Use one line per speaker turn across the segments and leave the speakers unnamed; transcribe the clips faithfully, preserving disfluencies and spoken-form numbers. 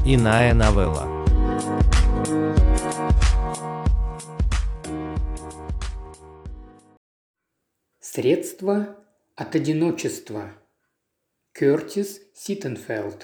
Иная новелла.
Средство от одиночества. Кёртис Ситтенфелд.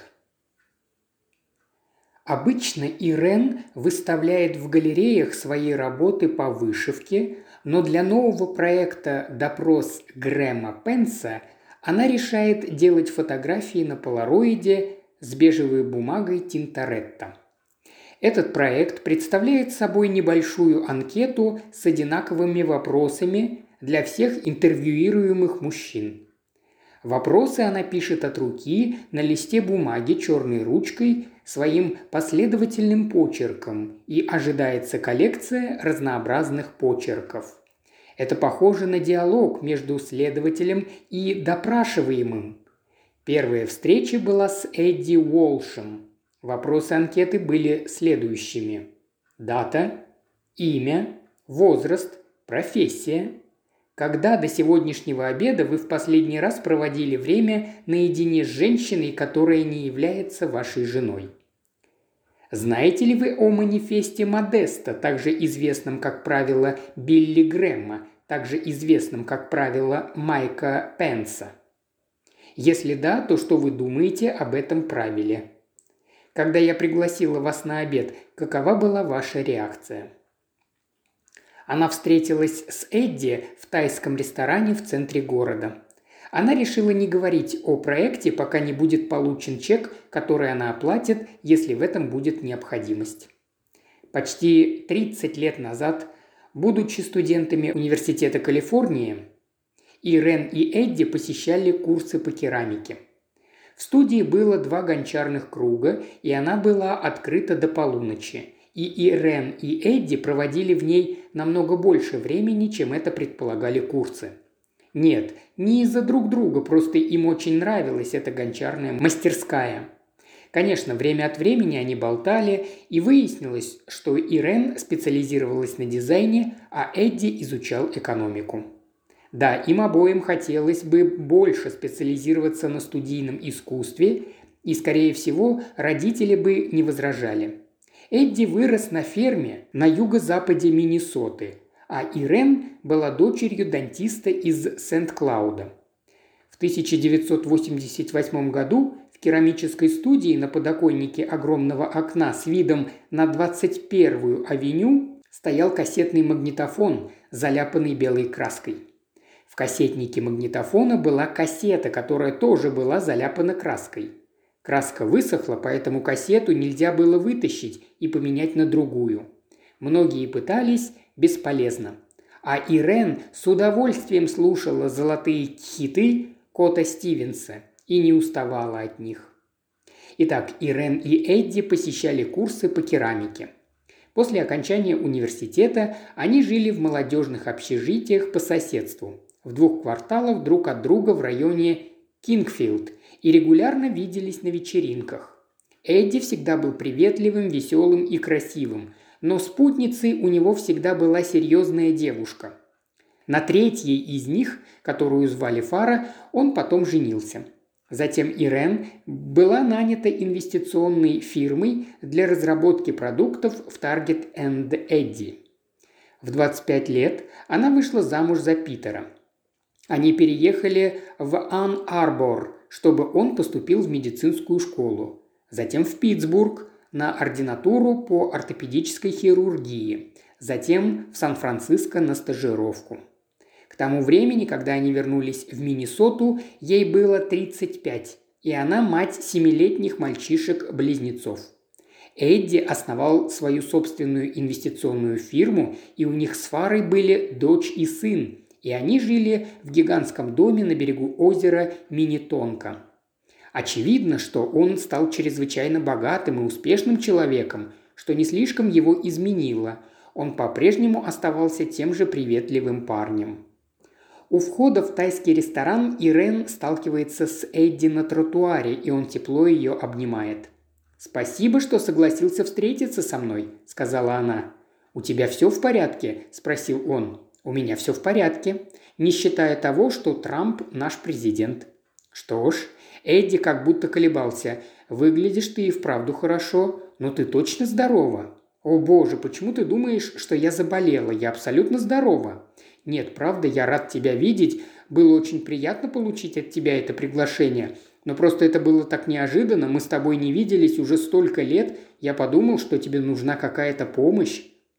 Обычно Ирен выставляет в галереях свои работы по вышивке, но для нового проекта «Допрос Грэма Пенса» она решает делать фотографии на полароиде с бежевой бумагой Тинторетто. Этот проект представляет собой небольшую анкету с одинаковыми вопросами для всех интервьюируемых мужчин. Вопросы она пишет от руки на листе бумаги черной ручкой своим последовательным почерком, и ожидается коллекция разнообразных почерков. Это похоже на диалог между следователем и допрашиваемым. Первая встреча была с Эдди Уолшем. Вопросы анкеты были следующими: дата, имя, возраст, профессия. Когда до сегодняшнего обеда вы в последний раз проводили время наедине с женщиной, которая не является вашей женой? Знаете ли вы о манифесте Модеста, также известном как правило Билли Грэма, также известном как правило Майка Пенса? Если да, то что вы думаете об этом правиле? Когда я пригласила вас на обед, какова была ваша реакция? Она встретилась с Эдди в тайском ресторане в центре города. Она решила не говорить о проекте, пока не будет получен чек, который она оплатит, если в этом будет необходимость. Почти тридцать лет назад, будучи студентами Университета Калифорнии, Ирен и Эдди посещали курсы по керамике. В студии было два гончарных круга, и она была открыта до полуночи. И Ирен и Эдди проводили в ней намного больше времени, чем это предполагали курсы. Нет, не из-за друг друга, просто им очень нравилась эта гончарная мастерская. Конечно, время от времени они болтали, и выяснилось, что Ирен специализировалась на дизайне, а Эдди изучал экономику. Да, им обоим хотелось бы больше специализироваться на студийном искусстве, и, скорее всего, родители бы не возражали. Эдди вырос на ферме на юго-западе Миннесоты, а Ирен была дочерью дантиста из Сент-Клауда. В тысяча девятьсот восемьдесят восьмом году в керамической студии на подоконнике огромного окна с видом на двадцать первую авеню стоял кассетный магнитофон, заляпанный белой краской. В кассетнике магнитофона была кассета, которая тоже была заляпана краской. Краска высохла, поэтому кассету нельзя было вытащить и поменять на другую. Многие пытались, бесполезно. А Ирен с удовольствием слушала золотые хиты Кота Стивенса и не уставала от них. Итак, Ирен и Эдди посещали курсы по керамике. После окончания университета они жили в молодежных общежитиях по соседству, в двух кварталах друг от друга в районе Кингфилд, и регулярно виделись на вечеринках. Эдди всегда был приветливым, веселым и красивым, но спутницей у него всегда была серьезная девушка. На третьей из них, которую звали Фара, он потом женился. Затем Ирен была нанята инвестиционной фирмой для разработки продуктов в Target энд Eddy. В двадцать пять лет она вышла замуж за Питера. Они переехали в Ан-Арбор, чтобы он поступил в медицинскую школу. Затем в Питтсбург на ординатуру по ортопедической хирургии. Затем в Сан-Франциско на стажировку. К тому времени, когда они вернулись в Миннесоту, ей было тридцать пять, и она мать семилетних мальчишек-близнецов. Эдди основал свою собственную инвестиционную фирму, и у них с Фарой были дочь и сын, и они жили в гигантском доме на берегу озера Миннетонка. Очевидно, что он стал чрезвычайно богатым и успешным человеком, что не слишком его изменило. Он по-прежнему оставался тем же приветливым парнем. У входа в тайский ресторан Ирен сталкивается с Эдди на тротуаре, и он тепло ее обнимает. «Спасибо, что согласился встретиться со мной», – сказала она. «У тебя все в порядке?» – спросил он. «У меня все в порядке, не считая того, что Трамп наш президент». Что ж, Эдди как будто колебался. «Выглядишь ты и вправду хорошо, но ты точно здорова?» «О боже, почему ты думаешь, что я заболела? Я абсолютно здорова». «Нет, правда, я рад тебя видеть. Было очень приятно получить от тебя это приглашение. Но просто это было так неожиданно. Мы с тобой не виделись уже столько лет. Я подумал, что тебе нужна какая-то помощь».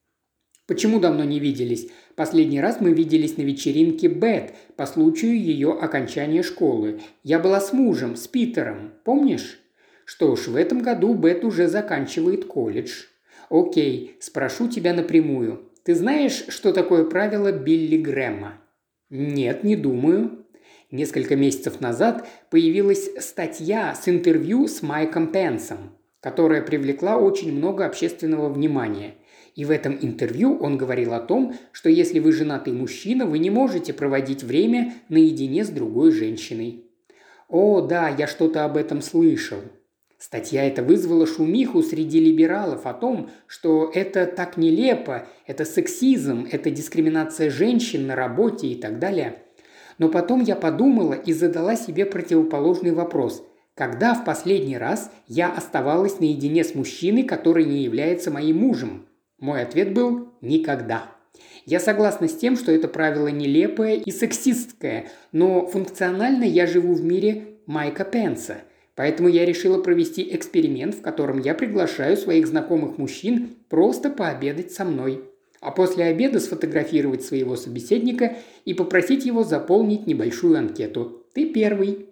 «Почему давно не виделись? Последний раз мы виделись на вечеринке Бет по случаю ее окончания школы. Я была с мужем, с Питером. Помнишь?» «Что ж, в этом году Бет уже заканчивает колледж». «Окей, спрошу тебя напрямую. Ты знаешь, что такое правило Билли Грэма?» «Нет, не думаю». Несколько месяцев назад появилась статья с интервью с Майком Пенсом, которая привлекла очень много общественного внимания. И в этом интервью он говорил о том, что если вы женатый мужчина, вы не можете проводить время наедине с другой женщиной. «О, да, я что-то об этом слышал». Статья эта вызвала шумиху среди либералов о том, что это так нелепо, это сексизм, это дискриминация женщин на работе и так далее. Но потом я подумала и задала себе противоположный вопрос. Когда в последний раз я оставалась наедине с мужчиной, который не является моим мужем? Мой ответ был «никогда». Я согласна с тем, что это правило нелепое и сексистское, но функционально я живу в мире Майка Пенса. Поэтому я решила провести эксперимент, в котором я приглашаю своих знакомых мужчин просто пообедать со мной. А после обеда сфотографировать своего собеседника и попросить его заполнить небольшую анкету. Ты первый.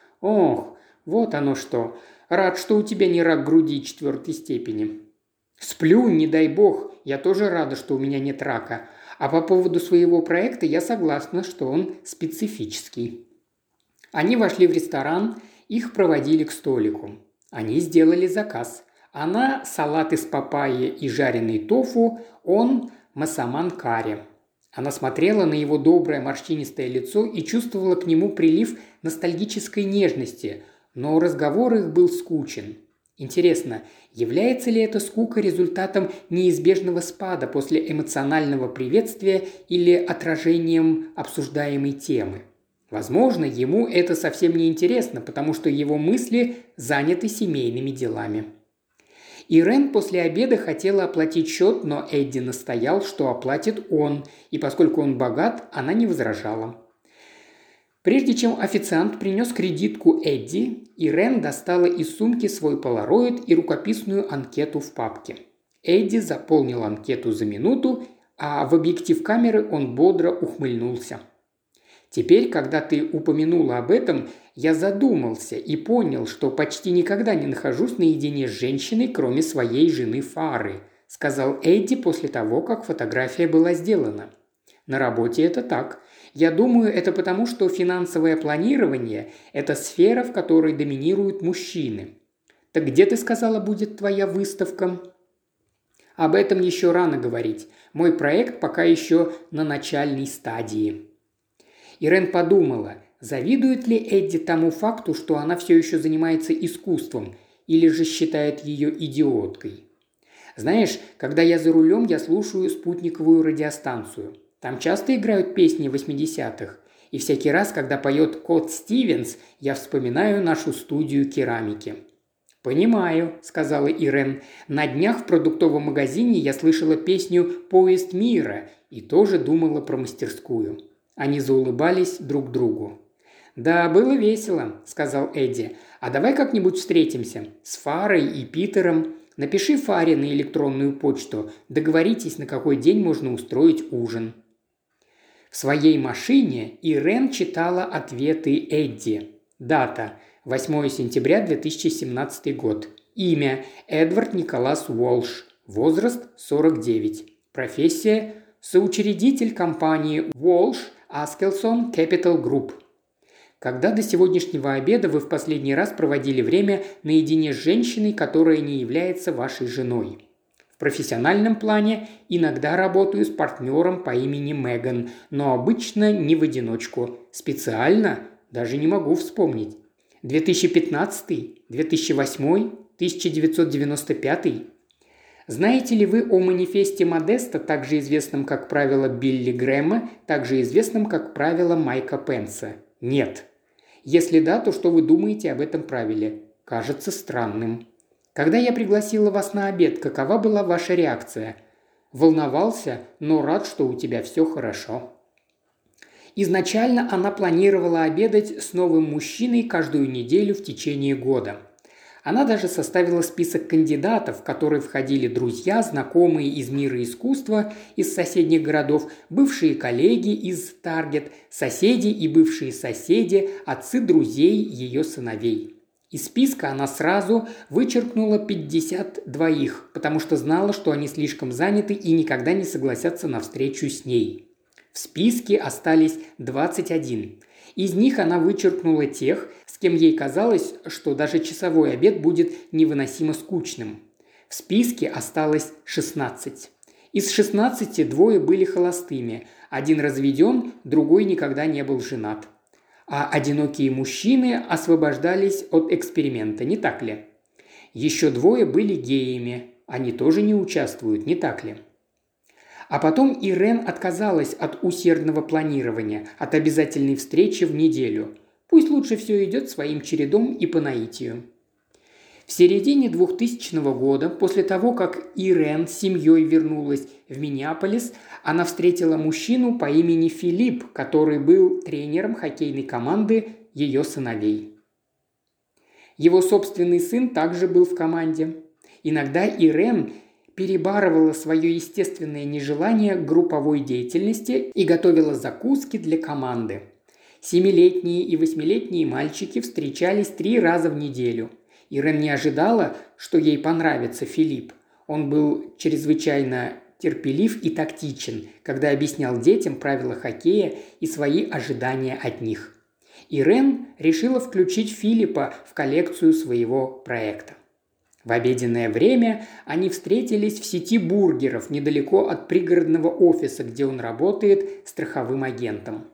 Ох, вот оно что. Рад, что у тебя не рак груди четвертой степени. Сплю, не дай бог. Я тоже рада, что у меня нет рака. А по поводу своего проекта я согласна, что он специфический. Они вошли в ресторан. Их проводили к столику. Они сделали заказ. Она – салат из папайи и жареный тофу, он – масаман карри. Она смотрела на его доброе морщинистое лицо и чувствовала к нему прилив ностальгической нежности, но разговор их был скучен. Интересно, является ли эта скука результатом неизбежного спада после эмоционального приветствия или отражением обсуждаемой темы? Возможно, ему это совсем не интересно, потому что его мысли заняты семейными делами. Ирен после обеда хотела оплатить счет, но Эдди настоял, что оплатит он, и поскольку он богат, она не возражала. Прежде чем официант принес кредитку Эдди, Ирен достала из сумки свой полароид и рукописную анкету в папке. Эдди заполнил анкету за минуту, а в объектив камеры он бодро ухмыльнулся. «Теперь, когда ты упомянула об этом, я задумался и понял, что почти никогда не нахожусь наедине с женщиной, кроме своей жены Фары», – сказал Эдди после того, как фотография была сделана. «На работе это так. Я думаю, это потому, что финансовое планирование – это сфера, в которой доминируют мужчины. Так где, ты сказала, будет твоя выставка?» «Об этом еще рано говорить. Мой проект пока еще на начальной стадии». Ирен подумала, завидует ли Эдди тому факту, что она все еще занимается искусством, или же считает ее идиоткой. «Знаешь, когда я за рулем, я слушаю спутниковую радиостанцию. Там часто играют песни восьмидесятых. И всякий раз, когда поет Кот Стивенс, я вспоминаю нашу студию керамики». «Понимаю», – сказала Ирен. «На днях в продуктовом магазине я слышала песню «Поезд мира» и тоже думала про мастерскую». Они заулыбались друг другу. «Да, было весело», – сказал Эдди. «А давай как-нибудь встретимся. С Фарой и Питером. Напиши Фаре на электронную почту. Договоритесь, на какой день можно устроить ужин». В своей машине Ирен читала ответы Эдди. Дата – восьмое сентября две тысячи семнадцатый год. Имя – Эдвард Николас Уолш. Возраст – сорок девять. Профессия – соучредитель компании Walsh Askellson Capital Group. Когда до сегодняшнего обеда вы в последний раз проводили время наедине с женщиной, которая не является вашей женой? В профессиональном плане иногда работаю с партнером по имени Меган, но обычно не в одиночку. Специально даже не могу вспомнить. две тысячи пятнадцатый, две тысячи восьмой, тысяча девятьсот девяносто пятый. Знаете ли вы о манифесте Модеста, также известном как правило Билли Грэма, также известном как правило Майка Пенса? Нет. Если да, то что вы думаете об этом правиле? Кажется странным. Когда я пригласила вас на обед, какова была ваша реакция? Волновался, но рад, что у тебя все хорошо. Изначально она планировала обедать с новым мужчиной каждую неделю в течение года. Она даже составила список кандидатов, в которые входили друзья, знакомые из мира искусства, из соседних городов, бывшие коллеги из Таргет, соседи и бывшие соседи, отцы друзей ее сыновей. Из списка она сразу вычеркнула пятьдесят двоих, потому что знала, что они слишком заняты и никогда не согласятся на встречу с ней. В списке остались двадцать один. Из них она вычеркнула тех, с кем ей казалось, что даже часовой обед будет невыносимо скучным. В списке осталось шестнадцать. Из шестнадцати двое были холостыми, один разведен, другой никогда не был женат. А одинокие мужчины освобождались от эксперимента, не так ли? Еще двое были геями, они тоже не участвуют, не так ли? А потом Ирен отказалась от усердного планирования, от обязательной встречи в неделю. Пусть лучше все идет своим чередом и по наитию. В середине двухтысячного года, после того, как Ирен с семьей вернулась в Миннеаполис, она встретила мужчину по имени Филипп, который был тренером хоккейной команды ее сыновей. Его собственный сын также был в команде. Иногда Ирен перебарывала свое естественное нежелание к групповой деятельности и готовила закуски для команды. Семилетние и восьмилетние мальчики встречались три раза в неделю. Ирен не ожидала, что ей понравится Филипп. Он был чрезвычайно терпелив и тактичен, когда объяснял детям правила хоккея и свои ожидания от них. Ирен решила включить Филиппа в коллекцию своего проекта. В обеденное время они встретились в сети бургеров недалеко от пригородного офиса, где он работает страховым агентом.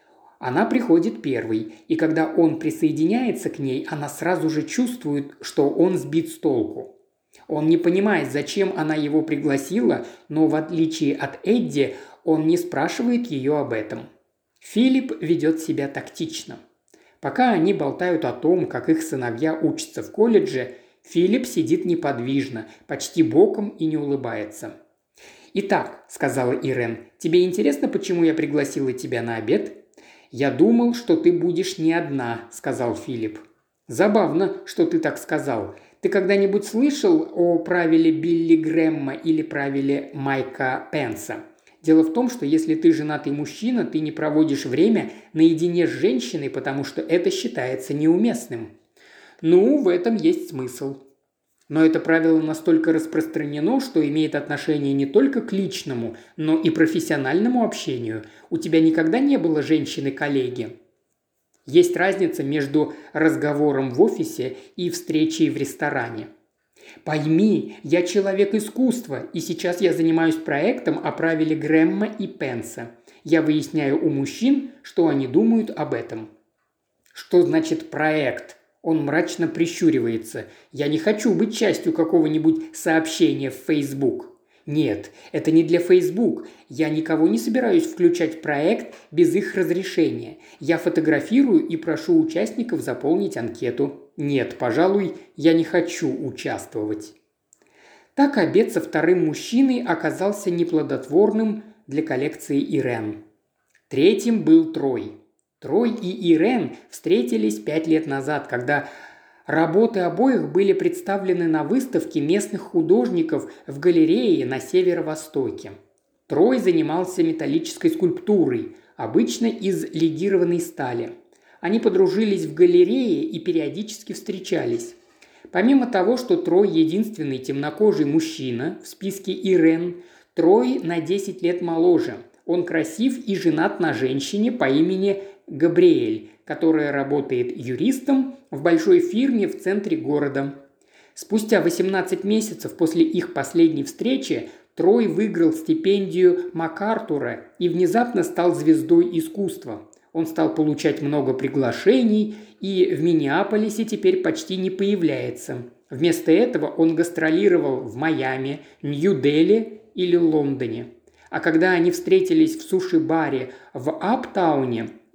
Она приходит первой, и когда он присоединяется к ней, она сразу же чувствует, что он сбит с толку. Он не понимает, зачем она его пригласила, но в отличие от Эдди, он не спрашивает ее об этом. Филипп ведет себя тактично. Пока они болтают о том, как их сыновья учатся в колледже, Филипп сидит неподвижно, почти боком и не улыбается. «Итак», – сказала Ирен, – «тебе интересно, почему я пригласила тебя на обед?» «Я думал, что ты будешь не одна», – сказал Филипп. «Забавно, что ты так сказал. Ты когда-нибудь слышал о правиле Билли Грэмма или правиле Майка Пенса? Дело в том, что если ты женатый мужчина, ты не проводишь время наедине с женщиной, потому что это считается неуместным». «Ну, в этом есть смысл». Но это правило настолько распространено, что имеет отношение не только к личному, но и профессиональному общению. У тебя никогда не было женщины-коллеги? Есть разница между разговором в офисе и встречей в ресторане. Пойми, я человек искусства, и сейчас я занимаюсь проектом о правиле Грэмма и Пенса. Я выясняю у мужчин, что они думают об этом. Что значит проект? Он мрачно прищуривается. «Я не хочу быть частью какого-нибудь сообщения в Facebook». «Нет, это не для Facebook. Я никого не собираюсь включать в проект без их разрешения. Я фотографирую и прошу участников заполнить анкету. Нет, пожалуй, я не хочу участвовать». Так обед со вторым мужчиной оказался неплодотворным для коллекции Ирен. Третьим был Трой. Трой и Ирен встретились пять лет назад, когда работы обоих были представлены на выставке местных художников в галерее на северо-востоке. Трой занимался металлической скульптурой, обычно из легированной стали. Они подружились в галерее и периодически встречались. Помимо того, что Трой единственный темнокожий мужчина в списке Ирен, Трой на десять лет моложе. Он красив и женат на женщине по имени Габриэль, которая работает юристом в большой фирме в центре города. Спустя восемнадцать месяцев после их последней встречи Трой выиграл стипендию МакАртура и внезапно стал звездой искусства. Он стал получать много приглашений и в Миннеаполисе теперь почти не появляется. Вместо этого он гастролировал в Майами, Нью-Дели или Лондоне. А когда они встретились в суши-баре в Аптауне,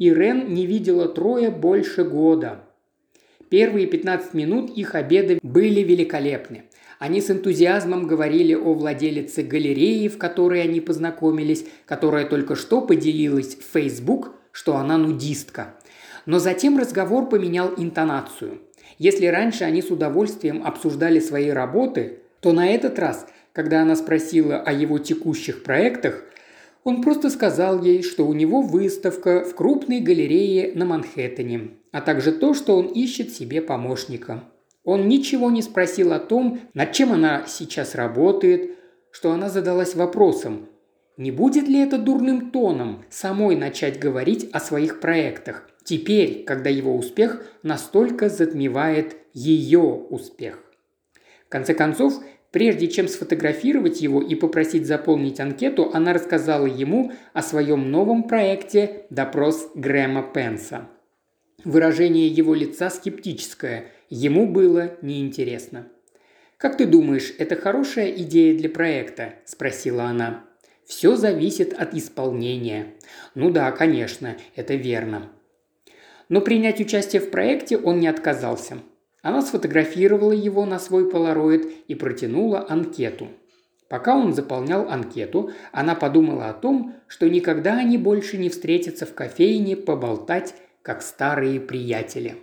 Ирен не видела Троя больше года. Первые пятнадцать минут их обеда были великолепны. Они с энтузиазмом говорили о владелице галереи, в которой они познакомились, которая только что поделилась в Facebook, что она нудистка. Но затем разговор поменял интонацию. Если раньше они с удовольствием обсуждали свои работы, то на этот раз, когда она спросила о его текущих проектах, он просто сказал ей, что у него выставка в крупной галерее на Манхэттене, а также то, что он ищет себе помощника. Он ничего не спросил о том, над чем она сейчас работает, что она задалась вопросом, не будет ли это дурным тоном самой начать говорить о своих проектах, теперь, когда его успех настолько затмевает ее успех. В конце концов, прежде чем сфотографировать его и попросить заполнить анкету, она рассказала ему о своем новом проекте «Допрос Грэма Пенса». Выражение его лица скептическое, ему было неинтересно. «Как ты думаешь, это хорошая идея для проекта?» – спросила она. «Все зависит от исполнения». «Ну да, конечно, это верно». Но принять участие в проекте он не отказался. Она сфотографировала его на свой полароид и протянула анкету. Пока он заполнял анкету, она подумала о том, что никогда они больше не встретятся в кофейне поболтать, как старые приятели.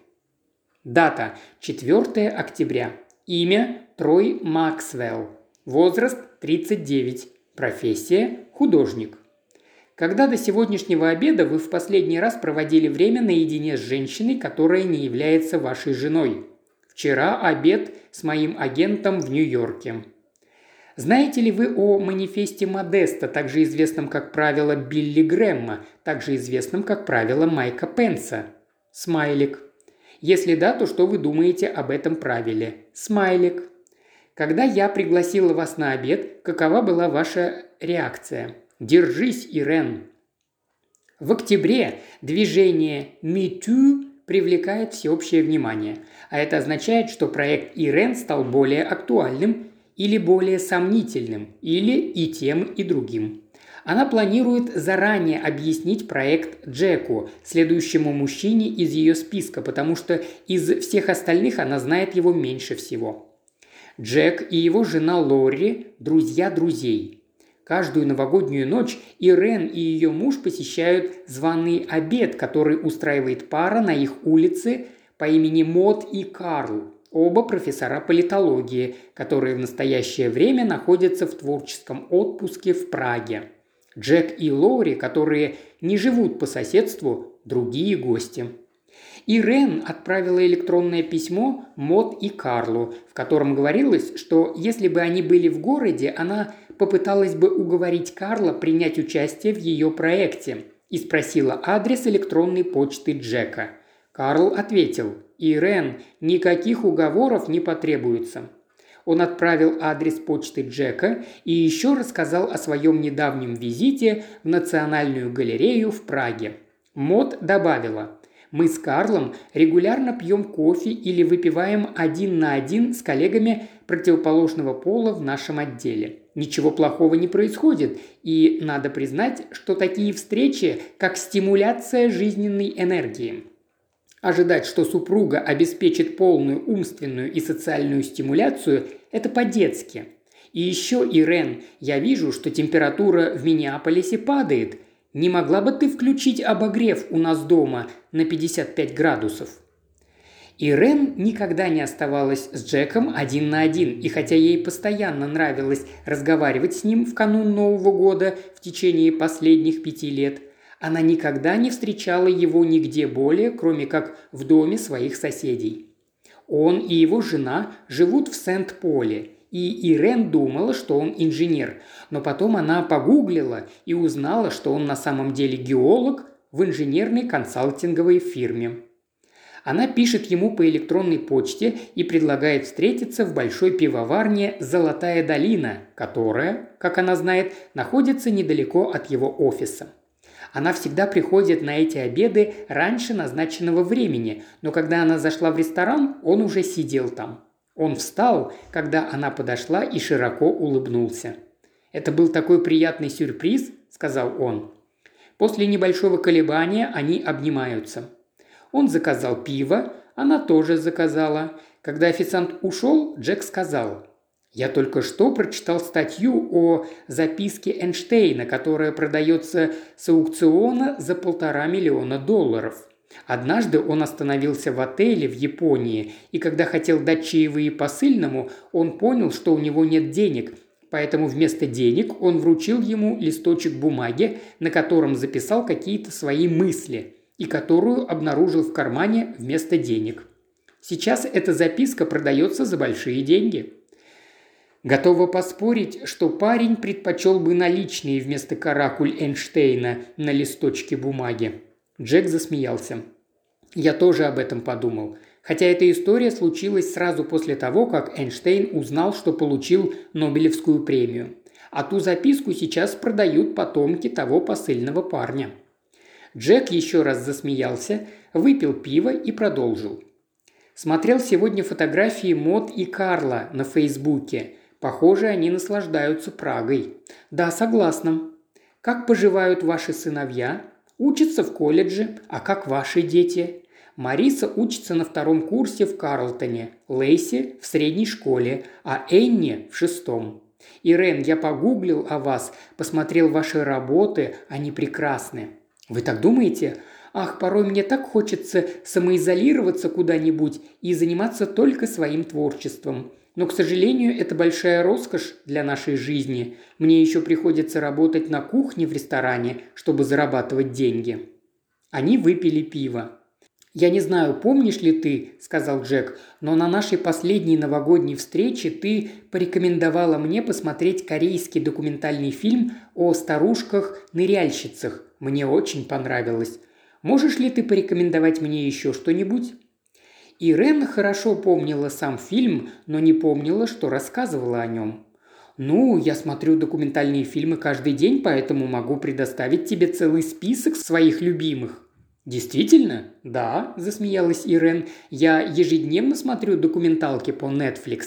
Дата – четвёртого октября. Имя – Трой Максвелл. Возраст – тридцать девять. Профессия – художник. Когда до сегодняшнего обеда вы в последний раз проводили время наедине с женщиной, которая не является вашей женой? Вчера обед с моим агентом в Нью-Йорке. Знаете ли вы о манифесте Модеста, также известном как правило Билли Грэмма, также известном как правило Майка Пенса? Смайлик. Если да, то что вы думаете об этом правиле? Смайлик. Когда я пригласила вас на обед, какова была ваша реакция? Держись, Ирен. В октябре движение Me Too привлекает всеобщее внимание, а это означает, что проект Ирен стал более актуальным или более сомнительным, или и тем, и другим. Она планирует заранее объяснить проект Джеку, следующему мужчине из ее списка, потому что из всех остальных она знает его меньше всего. Джек и его жена Лори – друзья друзей. Каждую новогоднюю ночь Ирен и ее муж посещают званый обед, который устраивает пара на их улице по имени Мод и Карл. Оба профессора политологии, которые в настоящее время находятся в творческом отпуске в Праге. Джек и Лори, которые не живут по соседству, другие гости. Ирен отправила электронное письмо Мод и Карлу, в котором говорилось, что если бы они были в городе, она попыталась бы уговорить Карла принять участие в ее проекте и спросила адрес электронной почты Джека. Карл ответил: «Ирен, никаких уговоров не потребуется». Он отправил адрес почты Джека и еще рассказал о своем недавнем визите в Национальную галерею в Праге. Мод добавила: «Мы с Карлом регулярно пьем кофе или выпиваем один на один с коллегами противоположного пола в нашем отделе. Ничего плохого не происходит, и надо признать, что такие встречи как стимуляция жизненной энергии. Ожидать, что супруга обеспечит полную умственную и социальную стимуляцию – это по-детски. И еще, Ирен, я вижу, что температура в Миннеаполисе падает. Не могла бы ты включить обогрев у нас дома на пятьдесят пять градусов?» Ирен никогда не оставалась с Джеком один на один, и хотя ей постоянно нравилось разговаривать с ним в канун Нового года в течение последних пяти лет, она никогда не встречала его нигде более, кроме как в доме своих соседей. Он и его жена живут в Сент-Поле, и Ирен думала, что он инженер, но потом она погуглила и узнала, что он на самом деле геолог в инженерной консалтинговой фирме. Она пишет ему по электронной почте и предлагает встретиться в большой пивоварне «Золотая долина», которая, как она знает, находится недалеко от его офиса. Она всегда приходит на эти обеды раньше назначенного времени, но когда она зашла в ресторан, он уже сидел там. Он встал, когда она подошла, и широко улыбнулся. «Это был такой приятный сюрприз», – сказал он. После небольшого колебания они обнимаются. Он заказал пиво, она тоже заказала. Когда официант ушел, Джек сказал: «Я только что прочитал статью о записке Эйнштейна, которая продается с аукциона за полтора миллиона долларов. Однажды он остановился в отеле в Японии, и когда хотел дать чаевые посыльному, он понял, что у него нет денег, поэтому вместо денег он вручил ему листочек бумаги, на котором записал какие-то свои мысли, и которую обнаружил в кармане вместо денег. Сейчас эта записка продается за большие деньги». Готова поспорить, что парень предпочел бы наличные вместо каракуль Эйнштейна на листочке бумаги. Джек засмеялся. «Я тоже об этом подумал. Хотя эта история случилась сразу после того, как Эйнштейн узнал, что получил Нобелевскую премию. А ту записку сейчас продают потомки того посыльного парня». Джек еще раз засмеялся, выпил пиво и продолжил. «Смотрел сегодня фотографии Мод и Карла на Фейсбуке. Похоже, они наслаждаются Прагой. Да, согласна. Как поживают ваши сыновья? Учатся в колледже. А как ваши дети? Мариса учится на втором курсе в Карлтоне, Лейси в средней школе, а Энни в шестом. Ирен, я погуглил о вас, посмотрел ваши работы, они прекрасны. Вы так думаете? Ах, порой мне так хочется самоизолироваться куда-нибудь и заниматься только своим творчеством. Но, к сожалению, это большая роскошь для нашей жизни. Мне еще приходится работать на кухне в ресторане, чтобы зарабатывать деньги». Они выпили пиво. «Я не знаю, помнишь ли ты, – сказал Джек, – но на нашей последней новогодней встрече ты порекомендовала мне посмотреть корейский документальный фильм о старушках-ныряльщицах. Мне очень понравилось. Можешь ли ты порекомендовать мне еще что-нибудь?» Ирен хорошо помнила сам фильм, но не помнила, что рассказывала о нем. «Ну, я смотрю документальные фильмы каждый день, поэтому могу предоставить тебе целый список своих любимых». «Действительно?» «Да», – засмеялась Ирен. «Я ежедневно смотрю документалки по Netflix».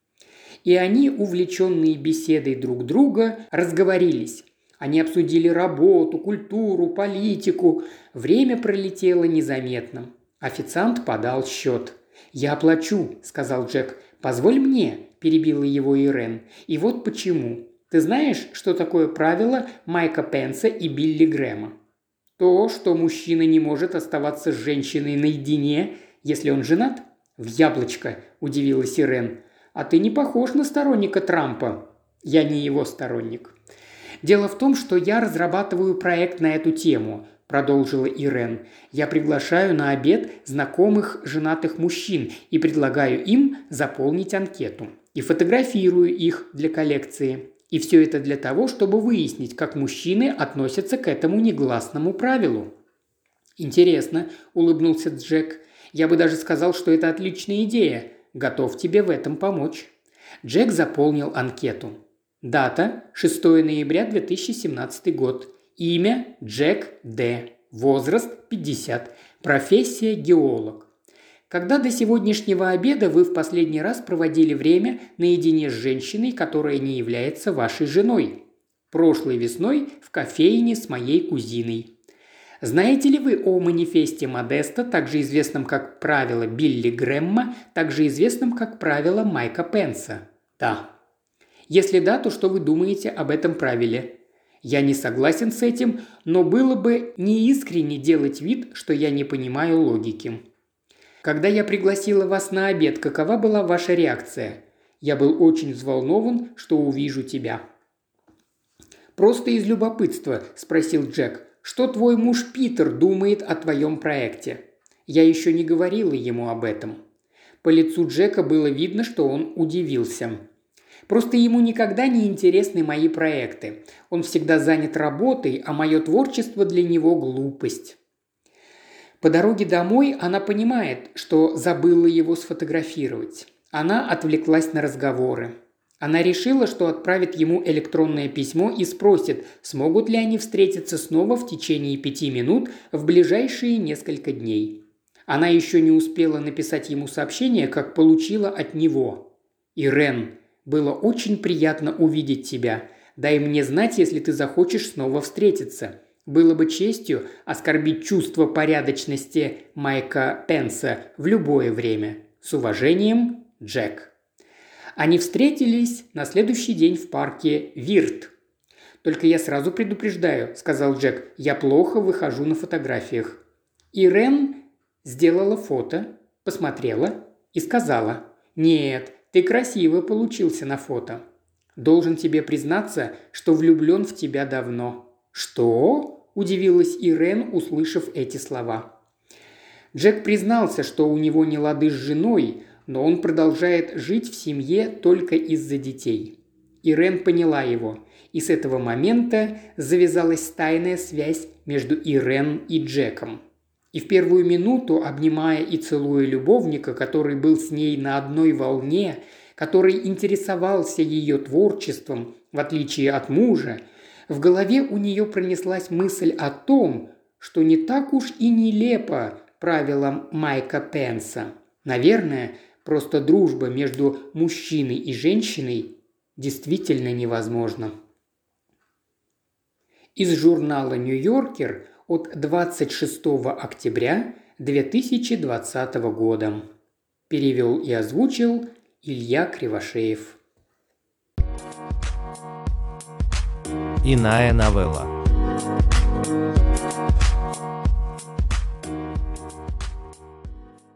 И они, увлеченные беседой друг друга, разговорились. Они обсудили работу, культуру, политику. Время пролетело незаметно. Официант подал счет. «Я оплачу», – сказал Джек. «Позволь мне», – перебила его Ирен. «И вот почему. Ты знаешь, что такое правило Майка Пенса и Билли Грэма?» «То, что мужчина не может оставаться с женщиной наедине, если он женат?» «В яблочко», – удивилась Ирен. «А ты не похож на сторонника Трампа». «Я не его сторонник». «Дело в том, что я разрабатываю проект на эту тему», – продолжила Ирен. «Я приглашаю на обед знакомых женатых мужчин и предлагаю им заполнить анкету. И фотографирую их для коллекции. И все это для того, чтобы выяснить, как мужчины относятся к этому негласному правилу». «Интересно», – улыбнулся Джек. «Я бы даже сказал, что это отличная идея. Готов тебе в этом помочь». Джек заполнил анкету. Дата – шестого ноября две тысячи семнадцатый год. Имя – Джек Д. Возраст – пятьдесят. Профессия – геолог. Когда до сегодняшнего обеда вы в последний раз проводили время наедине с женщиной, которая не является вашей женой? Прошлой весной в кофейне с моей кузиной. Знаете ли вы о манифесте Модеста, также известном как правило Билли Грэмма, также известном как правило Майка Пенса? Да. Если да, то что вы думаете об этом правиле? Я не согласен с этим, но было бы неискренне делать вид, что я не понимаю логики. Когда я пригласила вас на обед, какова была ваша реакция? Я был очень взволнован, что увижу тебя. «Просто из любопытства», – спросил Джек. «Что твой муж Питер думает о твоем проекте?» Я еще не говорила ему об этом. По лицу Джека было видно, что он удивился. «Просто ему никогда не интересны мои проекты. Он всегда занят работой, а мое творчество для него – глупость». По дороге домой она понимает, что забыла его сфотографировать. Она отвлеклась на разговоры. Она решила, что отправит ему электронное письмо и спросит, смогут ли они встретиться снова в течение пяти минут в ближайшие несколько дней. Она еще не успела написать ему сообщение, как получила от него. «Ирен, было очень приятно увидеть тебя. Дай мне знать, если ты захочешь снова встретиться. Было бы честью оскорбить чувство порядочности Майка Пенса в любое время. С уважением, Джек. Они встретились на следующий день в парке Вирт. «Только я сразу предупреждаю», – сказал Джек, – «я плохо выхожу на фотографиях». Ирен сделала фото, посмотрела и сказала: «Нет, ты красиво получился на фото. Должен тебе признаться, что влюблен в тебя давно». «Что?» – удивилась Ирен, услышав эти слова. Джек признался, что у него не лады с женой, но он продолжает жить в семье только из-за детей. Ирен поняла его, и с этого момента завязалась тайная связь между Ирен и Джеком. И в первую минуту, обнимая и целуя любовника, который был с ней на одной волне, который интересовался ее творчеством, в отличие от мужа, в голове у нее пронеслась мысль о том, что не так уж и нелепо правилам Майка Пенса. Наверное, просто дружба между мужчиной и женщиной действительно невозможна. Из журнала «Нью-Йоркер» от двадцать шестого октября две тысячи двадцатого года. Перевел и озвучил Илья Кривошеев.
Иная новелла.